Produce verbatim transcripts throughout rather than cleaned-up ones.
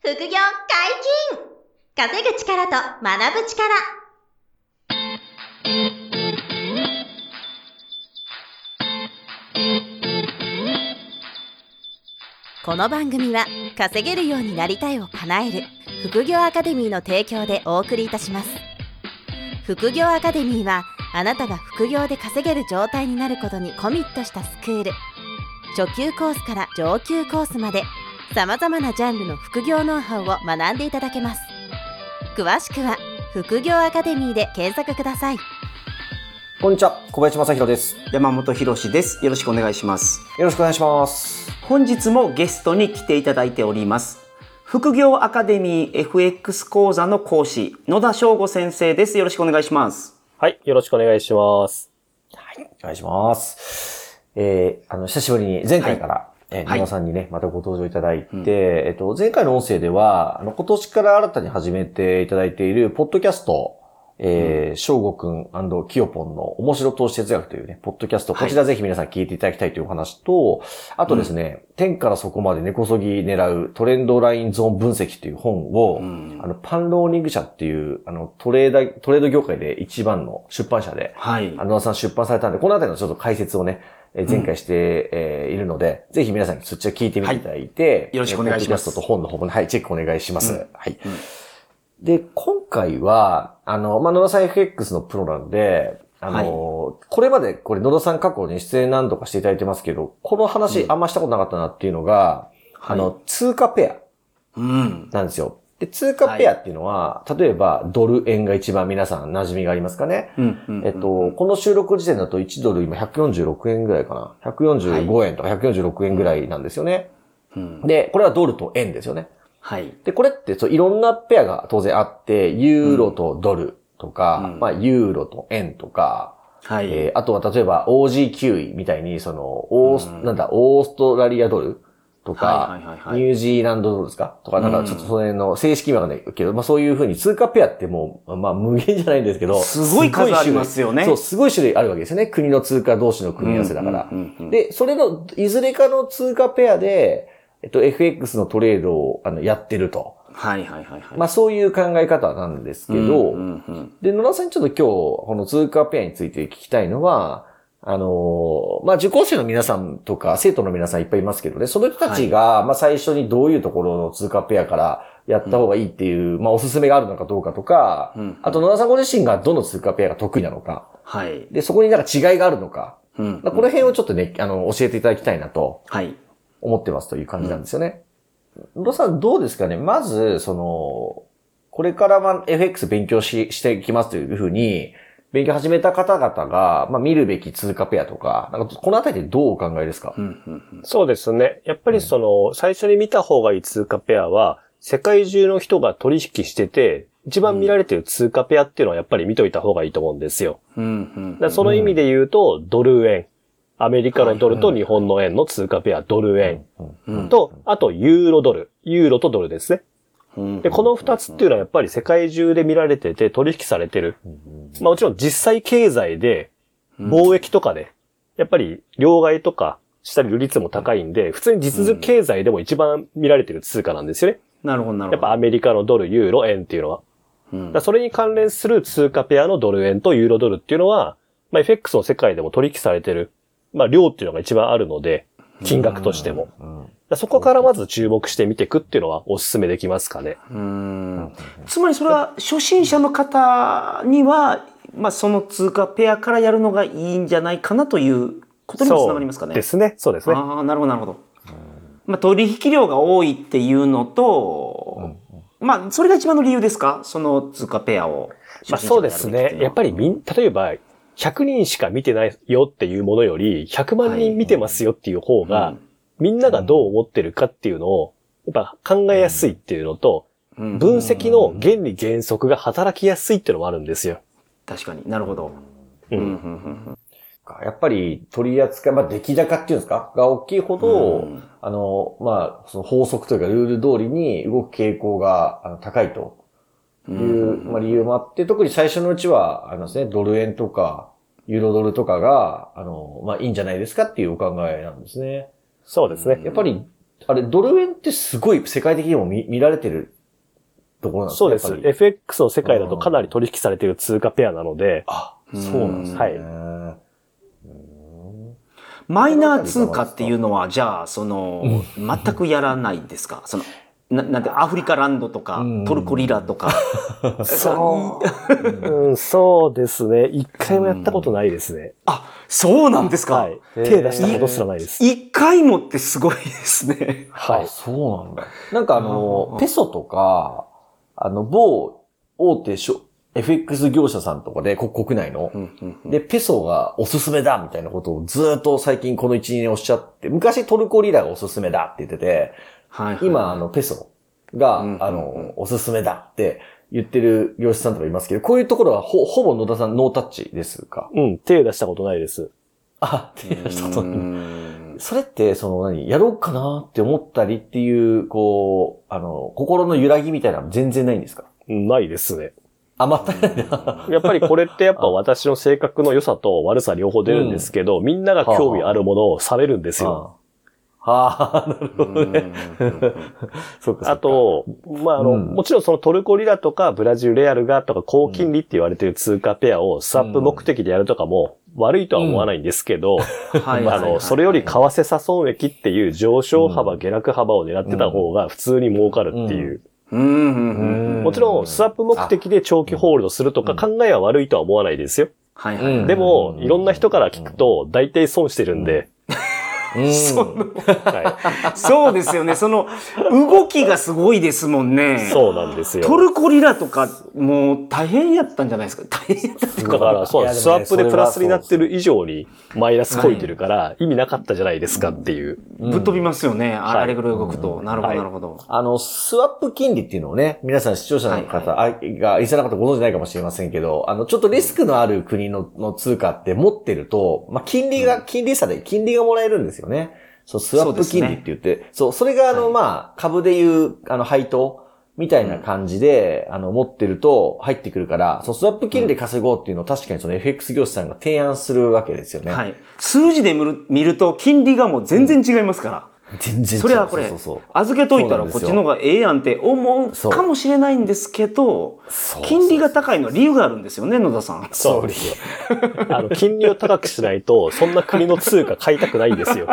副業解禁！稼ぐ力と学ぶ力。この番組は稼げるようになりたいを叶える副業アカデミーの提供でお送りいたします。副業アカデミーはあなたが副業で稼げる状態になることにコミットしたスクール。初級コースから上級コースまでさまざまなジャンルの副業ノウハウを学んでいただけます。詳しくは副業アカデミーで検索ください。 こんにちは、小林正弘です。 山本博史です。よろしくお願いします。 よろしくお願いします。 本日もゲストに来ていただいております。副業アカデミー エフエックス 講座の講師、野田翔吾先生です。よろしくお願いします。 はい、よろしくお願いします。 はい、お願いします。えー、あの、久しぶりに前回から、はいえー、野田さんにね、またご登場いただいて、うん、えっと、前回の音声では、あの、今年から新たに始めていただいている、ポッドキャスト、えー、翔吾くん&キヨポンの面白投資哲学というね、ポッドキャスト、こちらぜひ皆さん聞いていただきたいというお話と、はい、あとですね、うん、天からそこまで根こそぎ狙うトレンドラインゾーン分析という本を、うん、あの、パンローニング社っていう、あの、トレーダー、トレード業界で一番の出版社で、はい。野田さん出版されたんで、このあたりのちょっと解説をね、前回して、うんえー、いるので、ぜひ皆さんにそっちら聞いてみていただいて、 はい、よろしくお願いします。 ポッドキャストと本の方もね、はい、チェックお願いします。うん、はい。 うんで、今回は、あの、まあ、野田さん エフエックス のプロなんで、あの、はい、これまで、これ野田さん過去に出演何度かしていただいてますけど、この話あんましたことなかったなっていうのが、うん、あの、通貨ペアなんですよ。で、通貨ペアっていうのは、はい、例えばドル円が一番皆さん馴染みがありますかね。うんうんうん、えっと、この収録時点だといちドル今ひゃくよんじゅうろくえんぐらいかな。ひゃくよんじゅうごえんとかひゃくよんじゅうろくえんぐらいなんですよね。うん、で、これはドルと円ですよね。はい。で、これってそういろんなペアが当然あって、ユーロとドルとか、うん、まあユーロと円とか、はい。えー、あとは例えば オージーキューイー みたいに、その、オース、うん、なんだ、オーストラリアドルとか、はいはいはいはい、ニュージーランドドルですかとか、なんかちょっとその辺の正式名がないけど、まあそういう風に通貨ペアってもう、まあ無限じゃないんですけど、 すごい数ありますよね。 そう、すごい種類あるわけですよね。国の通貨同士の組み合わせだから。うんうんうんうん、で、それのいずれかの通貨ペアで、えっと、エフエックス のトレードをあのやってると。はいはいはいはい。まあそういう考え方なんですけど、うんうんうん、で、野田さんにちょっと今日、この通貨ペアについて聞きたいのは、あのー、まあ受講生の皆さんとか生徒の皆さんいっぱいいますけどね、その人たちが、はい、まあ最初にどういうところの通貨ペアからやった方がいいっていう、うん、まあおすすめがあるのかどうかとか、うんうん、あと野田さんご自身がどの通貨ペアが得意なのか、はい。で、そこになんか違いがあるのか、うんうんうん、この辺をちょっとね、あの、教えていただきたいなと。はい。思ってますという感じなんですよね。野田さんどうですかね。まず、その、これからま エフエックス 勉強し、していきますというふうに、勉強始めた方々が、まあ見るべき通貨ペアとか、なんかこのあたりでどうお考えですか？ うんうんうん、そうですね。やっぱりその、うん、最初に見た方がいい通貨ペアは、世界中の人が取引してて、一番見られてる通貨ペアっていうのはやっぱり見といた方がいいと思うんですよ。うんうんうん、その意味で言うと、ドル円。アメリカのドルと日本の円の通貨ペア、ドル円と、あとユーロドル、ユーロとドルですね。で、この二つっていうのはやっぱり世界中で見られてて取引されてる。まあもちろん実際経済で、貿易とかで、やっぱり両替とかしたり率も高いんで、普通に実経済でも一番見られてる通貨なんですよね。 なるほど、なるほど。 やっぱアメリカのドル、ユーロ、円っていうのは。だそれに関連する通貨ペアのドル円とユーロドルっていうのは、まあ エフエックス の世界でも取引されてる。まあ、量っていうのが一番あるので、金額としても。うんうん、そこからまず注目して見ていくっていうのはお勧めできますかね。 うん。つまりそれは初心者の方には、まあ、その通貨ペアからやるのがいいんじゃないかなということにもつながりますかね。 そうですね。そうですね。 ああ、なるほど、なるほど。まあ、取引量が多いっていうのと、うんうん、まあ、それが一番の理由ですか？その通貨ペアを。 まあ、そうですね。やっぱりみん、例えば、ひゃくにんしか見てないよっていうものより、ひゃくまんにん見てますよっていう方が、はい、みんながどう思ってるかっていうのを、やっぱ考えやすいっていうのと、うん、分析の原理原則が働きやすいっていうのもあるんですよ。 確かになるほど。うんうんうんやっぱり取り扱い、まあ出来高っていうんですかが大きいほど、うん、あの、まあ、その法則というかルール通りに動く傾向があの高いと。いう、まあ、理由もあって、特に最初のうちは、あのですね、ドル円とか、ユーロドルとかが、あの、まあ、いいんじゃないですかっていうお考えなんですね。 そうですね。 やっぱり、 あれ、ドル円ってすごい世界的にも 見, 見られてるところなんですか？ そうです。エフエックス の世界だとかなり取引されている通貨ペアなので。 あ、そうなんですね。はい。 マイナー通貨っていうのは、じゃあ、その、全くやらないんですか？その、な, なんて、アフリカランドとか、トルコリラとか。 そう、うん、そうですね。一回もやったことないですね。 あ、そうなんですか？ はい。手出したことすらないです。 一回もってすごいですね。 はい。そうなんだ。なんかあの、ペソとか、あの、某大手ショ エフエックス 業者さんとかで、国内の、で、ペソがおすすめだみたいなことをずっと最近このいち、にねんおっしゃって、昔トルコリラがおすすめだって言ってて、はいはい、今、あの、ペソが、うんうんうん、あの、おすすめだって言ってる業者さんとかいますけど、こういうところはほ、ほぼ野田さんノータッチですか？ うん、手出したことないです。 あ、手出したことない。それって、その何、やろうかなって思ったりっていう、こう、あの、心の揺らぎみたいなの全然ないんですか？ ないですね。 あ、またないな。 やっぱりこれってやっぱ私の性格の良さと悪さ両方出るんですけど、うん、みんなが興味あるものを冷めるんですよ。 はあ、なるほどね。 そうか。あと、まあ、あの、うん、もちろんそのトルコリラとかブラジルレアルがとか高金利って言われている通貨ペアをスワップ目的でやるとかも悪いとは思わないんですけど、あの、それより為替差損益っていう上昇幅、下落幅を狙ってた方が普通に儲かるっていう。もちろん、スワップ目的で長期ホールドするとか考えは悪いとは思わないですよ。はいはい、でも、いろんな人から聞くと、大体損してるんで、 うん、そのはい、そうですよね。その動きがすごいですもんね。 そうなんですよ。 トルコリラとかもう大変やったんじゃないですか。大変やったっていうか。 だからそう、ね、スワップでプラスになってる以上にマイナスこいてるから意味なかったじゃないですかっていう。 うん、ぶっ飛びますよね。あれぐらい動くと。はい、なるほど、なるほど。 あの、スワップ金利っていうのをね、皆さん視聴者の方、はいはい、が、リスナーの方ご存知ないかもしれませんけど、あの、ちょっとリスクのある国の、の通貨って持ってると、まあ、金利が、金利差で金利がもらえるんですよね。そう、スワップ金利って言って、そう、ね、そう、それがあの、はい、まあ、株でいう、あの、配当みたいな感じで、うん、あの、持ってると入ってくるから、そう、スワップ金利で稼ごうっていうのを確かにその エフエックス 業者さんが提案するわけですよね。はい。 数字で見る、見ると金利がもう全然違いますから。うん全然違う。それはこれ、そうそうそう預けといたらこっちの方がええやんって思うかもしれないんですけど、金利が高いのは理由があるんですよね、野田さん。 そうですよ。あの、金利を高くしないと、そんな国の通貨買いたくないんですよ。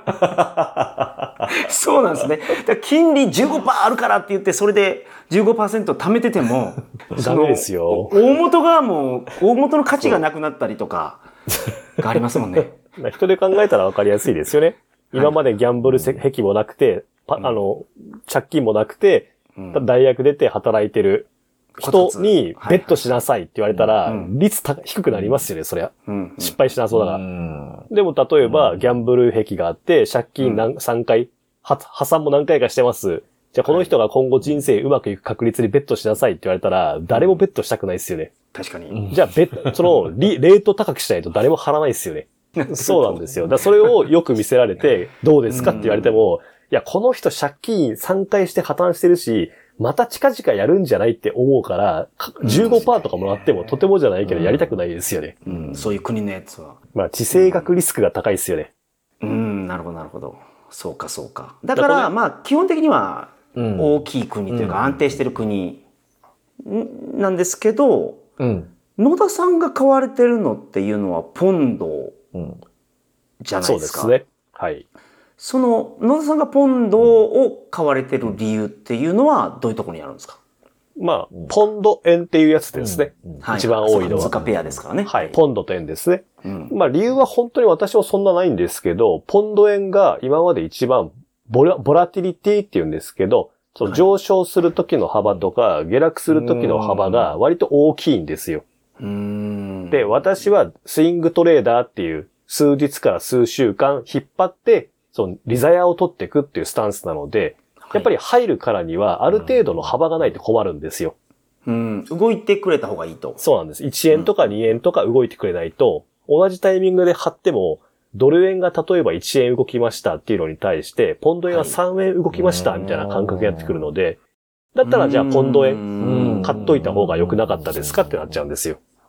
そうなんですね。だから金利 じゅうごパーセント あるからって言って、それで じゅうごパーセント 貯めてても、 ダメですよ。 大元がもう、大元の価値がなくなったりとか、がありますもんね。 人で考えたら分かりやすいですよね。今までギャンブル癖もなくて、あの、借金もなくて、大学出て働いてる人にベットしなさいって言われたら、率低くなりますよね、そりゃ。失敗しなそうだから。でも例えば、ギャンブル癖があって、借金何さんかい、破産も何回かしてます。じゃあこの人が今後人生うまくいく確率にベットしなさいって言われたら、誰もベットしたくないですよね。 確かに。 じゃあベット、その、レート高くしないと誰も払わないですよね。そうなんですよ。だそれをよく見せられて、どうですかって言われても、いや、この人借金さんかいして破綻してるし、また近々やるんじゃないって思うから、じゅうごパーセント とかもらってもとてもじゃないけどやりたくないですよね。 うん、そういう国のやつは。 まあ、地政学リスクが高いですよね。 うん、なるほど、なるほど。そうか、そうか。だから、まあ、基本的には、大きい国というか安定してる国なんですけど、うん、野田さんが買われてるのっていうのはポンドじゃないですか。 そうですね。はい。 その野田さんがポンドを買われてる理由っていうのはどういうところにあるんですか？ まあ、ポンド円っていうやつですね。うん、一番多いのは。 通貨ペアですからね。 はい。ポンドと円ですね。うん、まあ理由は本当に私はそんなないんですけど、ポンド円が今まで一番ボラ、ボラティリティっていうんですけど、その上昇する時の幅とか、下落する時の幅が割と大きいんですよ。うーんで、私はスイングトレーダーっていう数日から数週間引っ張って、そのリザヤを取っていくっていうスタンスなので、やっぱり入るからにはある程度の幅がないと困るんですよ。 うん、動いてくれた方がいいと。 そうなんです。いちえんとかにえんとか動いてくれないと、同じタイミングで張っても、ドル円が例えばいちえん動きましたっていうのに対して、ポンド円はさんえん動きましたみたいな感覚になってくるので、だったらじゃあポンド円買っといた方が良くなかったですかってなっちゃうんですよ。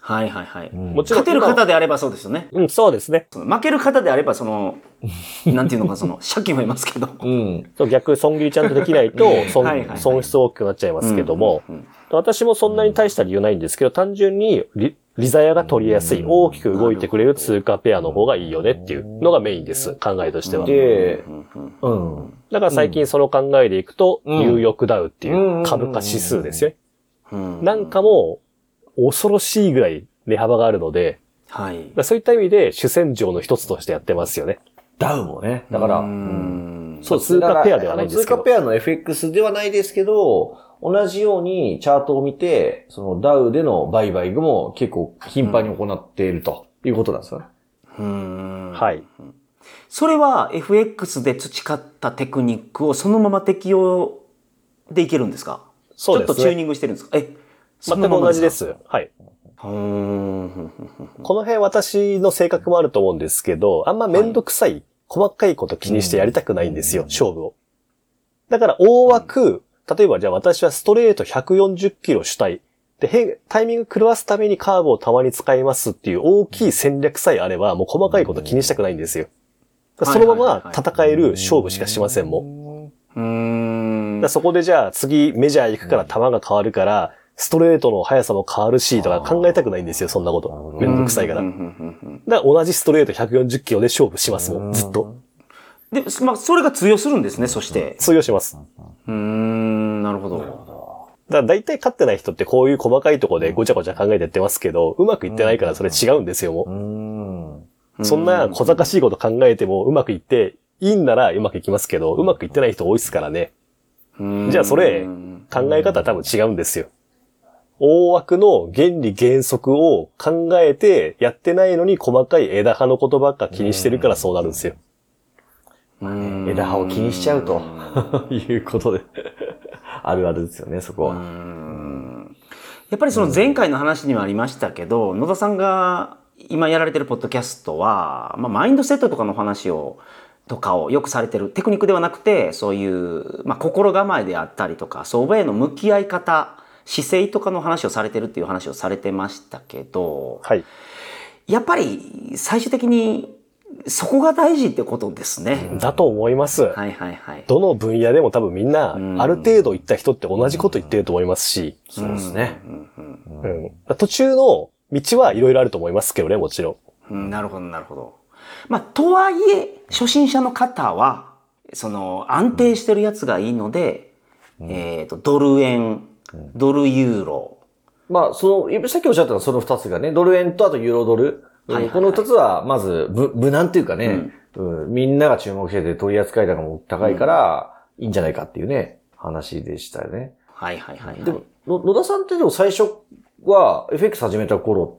はいはいはい。うん、もちろん。勝てる方であればそうですよね。 うん、そうですね。 負ける方であれば、その、なんていうのか、その、借金もいますけど。 うん。そう、逆、損切りちゃんとできないと、損、はいはいはい、損失大きくなっちゃいますけども、うんうんうん、私もそんなに大した理由ないんですけど、単純にリ、リザヤが取りやすい、大きく動いてくれる通貨ペアの方がいいよねっていうのがメインです。考えとしては。で、うん。だから最近その考えでいくと、ニューヨークダウっていう株価指数ですよね。なんかもう、恐ろしいぐらい値幅があるので、はい。そういった意味で主戦場の一つとしてやってますよね。 ダウもね。だから、うん、 そう、通貨ペアではないんですけど。 通貨ペアの エフエックス ではないですけど、同じようにチャートを見て、そのダウでの売買も結構頻繁に行っているということなんですよね。 うん。 はい。 それは エフエックス で培ったテクニックをそのまま適用でいけるんですか？そうですね。ちょっとチューニングしてるんですか？え、 全く同じです。はい。この辺私の性格もあると思うんですけど、あんまめんどくさい、細かいこと気にしてやりたくないんですよ、勝負を。だから大枠、例えばじゃあ私はストレートひゃくよんじゅっキロ主体。で、タイミング狂わすためにカーブをたまに使いますっていう大きい戦略さえあれば、もう細かいこと気にしたくないんですよ。そのまま戦える勝負しかしませんもん。うーん。そこでじゃあ次メジャー行くから球が変わるから、ストレートの速さも変わるしとか考えたくないんですよ、そんなこと。めんどくさいから。だから同じストレートひゃくよんじゅっキロで勝負しますもん、ずっと。 で、まあ、それが通用するんですね、そして。 通用します。 うーん、なるほど。だから大体勝ってない人ってこういう細かいところでごちゃごちゃ考えてやってますけど、うまくいってないからそれ違うんですよ、もう。そんな小賢しいこと考えてもうまくいって、いいんならうまくいきますけど、うまくいってない人多いですからね。じゃあそれ、考え方は多分違うんですよ。大枠の原理原則を考えてやってないのに細かい枝葉のことばっか気にしてるからそうなるんですよ。 枝葉を気にしちゃうということであるあるですよね、そこは。 やっぱりその前回の話にもありましたけど、野田さんが今やられてるポッドキャストは、まあ、マインドセットとかの話をとかをよくされてるテクニックではなくて、そういう、まあ、心構えであったりとか相場への向き合い方、姿勢とかの話をされてるっていう話をされてましたけど、 はい、 やっぱり最終的にそこが大事ってことですね。 だと思います。 はいはいはい。 どの分野でも多分みんな、ある程度行った人って同じこと言ってると思いますし。 そうですね。 途中の道はいろいろあると思いますけどね、もちろん。うん、なるほどなるほど。まあ、とはいえ、初心者の方は、その、安定してるやつがいいので、うん、えっと、ドル円、ドルユーロ。 まあ、その、さっきおっしゃったのはその二つがね、ドル円とあとユーロドル。はいはいはい、この二つは、まず、無、無難っていうかね、うんうん、みんなが注目してて取り扱い高も高いから、いいんじゃないかっていうね、話でしたよね。 はいはいはい、はい。 でも、野田さんってでも最初は、エフエックス 始めた頃って、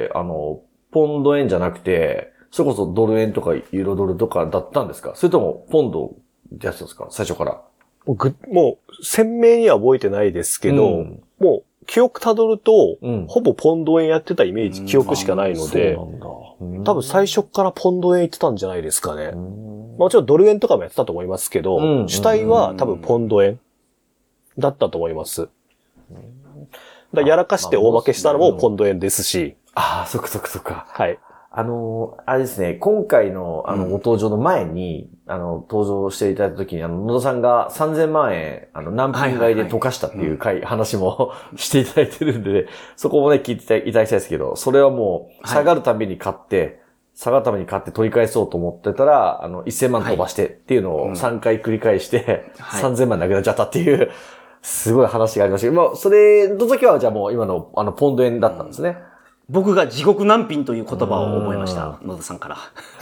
あの、ポンド円じゃなくて、それこそドル円とかユーロドルとかだったんですか？それとも、ポンドでやってたんですか？最初から。 僕、もう、鮮明には覚えてないですけど、うん、もう、記憶たどると、うん、ほぼポンド円やってたイメージ、記憶しかないので、多分最初からポンド円行ってたんじゃないですかね。もちろんドル円とかもやってたと思いますけど、うん、主体は多分ポンド円だったと思います。だやらかして大負けしたのもポンド円ですし。 ああ、そっかそっかそっか。 はい。 あの、あれですね、今回のあの、ご登場の前に、うん、あの、登場していただいた時に、あの、野田さんがさんぜんまんえん、あの、難品買いで溶かしたっていう回、話もしていただいてるんで、ね、そこもね、聞いていただきたいですけど、それはもう、下がるたびに買って、はい、下がるたびに買って取り返そうと思ってたら、あの、せんまん飛ばしてっていうのをさんかい繰り返して、はい、さんぜんまんなくなっちゃったっていう、すごい話がありましたけど、まあ、それの時はじゃあもう今の、あの、ポンド円だったんですね。うん僕が地獄難品という言葉を覚えました。野田さんから。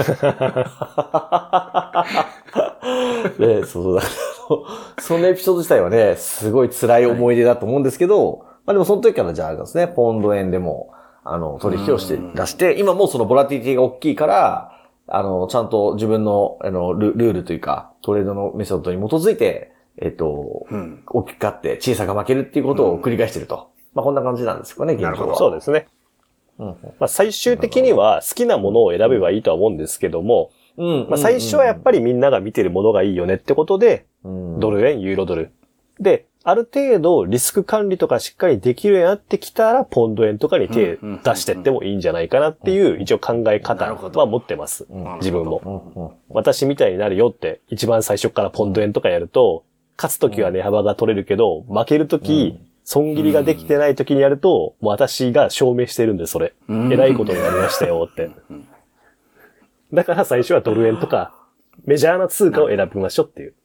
ね、そうだ。そのエピソード自体はね、すごい辛い思い出だと思うんですけど、はい、まあでもその時からじゃああれですね、ポンド円でも、あの、取引をして出して、今もうそのボラティティが大きいから、あの、ちゃんと自分の、あの、ル, ルールというか、トレードのメソッドに基づいて、えっと、うん、大きく勝って小さく負けるっていうことを繰り返してると。うん、まあこんな感じなんですかね、現状は。 そうですね。うんまあ、最終的には好きなものを選べばいいとは思うんですけども、うんまあ、最初はやっぱりみんなが見てるものがいいよねってことで、うん、ドル円、ユーロドル。で、 ある程度リスク管理とかしっかりできるようになってきたら、ポンド円とかに手出してってもいいんじゃないかなっていう一応考え方は持ってます。自分も。私みたいになるよって一番最初からポンド円とかやると、勝つときは値幅が取れるけど、負けるとき、損切りができてないときにやると、もう私が証明してるんで、それ。えらいことになりましたよって。だから最初はドル円とか、メジャーな通貨を選びましょうっていう。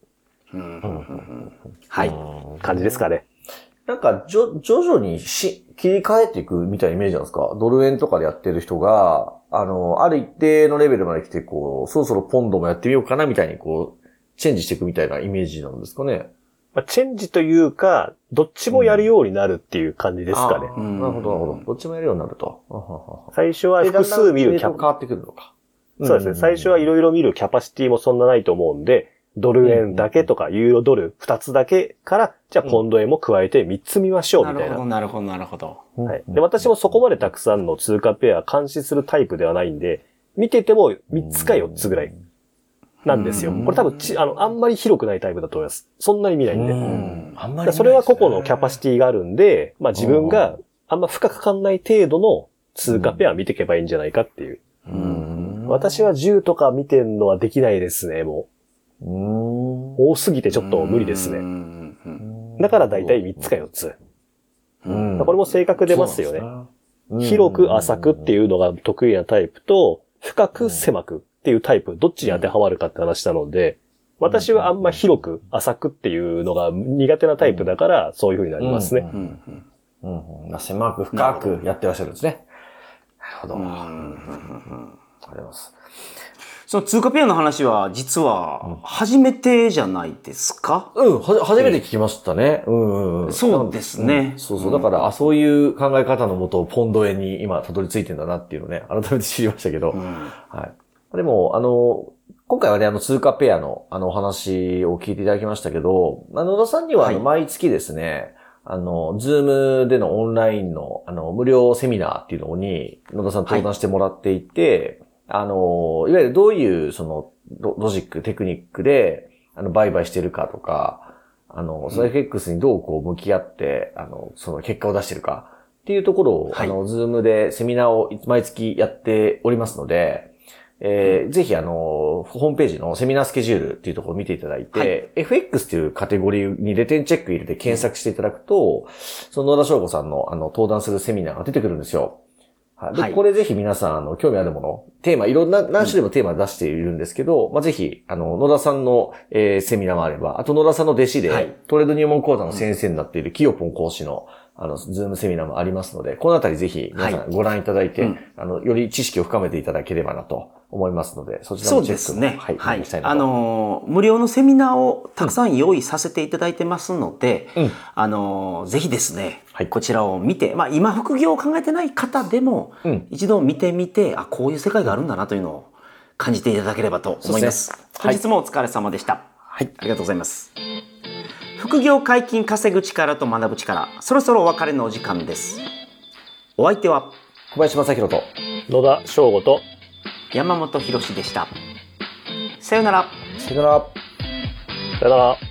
はい。感じですかね。 なんか、じょ、徐々にし、切り替えていくみたいなイメージなんですか？ドル円とかでやってる人が、あの、ある一定のレベルまで来て、こう、そろそろポンドもやってみようかなみたいに、こう、チェンジしていくみたいなイメージなんですかね？ まあ、チェンジというか、どっちもやるようになるっていう感じですかね。 うん、なるほど、なるほど。どっちもやるようになると。 最初は複数見るキャパ。変わってくるのか。 そうですね。最初はいろいろ見るキャパシティもそんなないと思うんで、ドル円だけとかユーロドル二つだけから、じゃあポンド円も加えて三つ見ましょうみたいな。 なるほど、なるほど、なるほど。 はい。で、私もそこまでたくさんの通貨ペア監視するタイプではないんで、見てても三つか四つぐらいなんですよ。これ多分ち、あの、あんまり広くないタイプだと思います。そんなに見ないんで。うんあんまりそれは個々のキャパシティがあるんで、まあ自分があんま負荷かかんない程度の通貨ペア見ていけばいいんじゃないかっていう。うん私はじゅうとか見てんのはできないですね、もう。うん多すぎてちょっと無理ですね。だからだいたいみっつかよっつ。うんこれも性格出ますよね。広く浅くっていうのが得意なタイプと、深く狭くっていうタイプ、どっちに当てはまるかって話なので、私はあんま広く浅くっていうのが苦手なタイプだから、そういう風になりますね。 狭く深くやってらっしゃるんですね。なるほど。ありがとうございます。 その通貨ペアの話は、実は、初めてじゃないですか？ うん、は、初めて聞きましたね。うんうん。 そうですね。 そうそう。だから、あ、そういう考え方のもと、ポンド円に今、たどり着いてんだなっていうのね、改めて知りましたけど。はい。でも、あの、今回はね、あの、通貨ペアの、あの、お話を聞いていただきましたけど、あの、野田さんには、あの、毎月ですね、あの、ズームでのオンラインの、あの、無料セミナーっていうのに、野田さん登壇してもらっていて、あの、いわゆるどういう、その、ロジック、テクニックで、あの、売買してるかとか、あの、その エフエックス にどうこう向き合って、あの、その結果を出してるかっていうところを、はい、あの、ズームでセミナーを毎月やっておりますので、えーうん、ぜひあの、ホームページのセミナースケジュールっていうところを見ていただいて、はい、エフエックス っていうカテゴリーにレテンチェック入れて検索していただくと、その野田翔吾さんのあの、登壇するセミナーが出てくるんですよ。はい。で、はい、これぜひ皆さん、あの、興味あるもの、テーマ、いろんな、何種類もテーマ出しているんですけど、うん、まあ、ぜひ、あの、野田さんの、えー、セミナーもあれば、あと野田さんの弟子で、はい、トレード入門講座の先生になっているキヨポン講師の、あの、ズームセミナーもありますので、このあたりぜひ、皆さんご覧いただいて、はいうん、あの、より知識を深めていただければなと思いますので、そちらのチェックそうですね。 はい。 はい。 したいなとあの、無料のセミナーをたくさん用意させていただいてますので、うん、あの、ぜひですね、はい、こちらを見て、まあ、今副業を考えてない方でも、うん、一度見てみて、あ、こういう世界があるんだなというのを感じていただければと思います。すね、本日もお疲れ様でした。はい。ありがとうございます。副業解禁稼ぐ力と学ぶ力、そろそろお別れのお時間です。お相手は小林正弘と野田翔吾と山本博史でした。さよなら。 さよなら。 さよなら。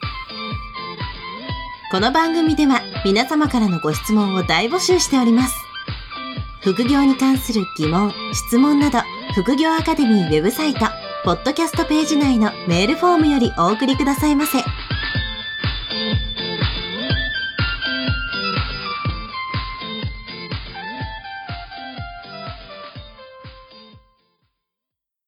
この番組では皆様からのご質問を大募集しております。副業に関する疑問、質問など、副業アカデミーウェブサイト、ポッドキャストページ内のメールフォームよりお送りくださいませ。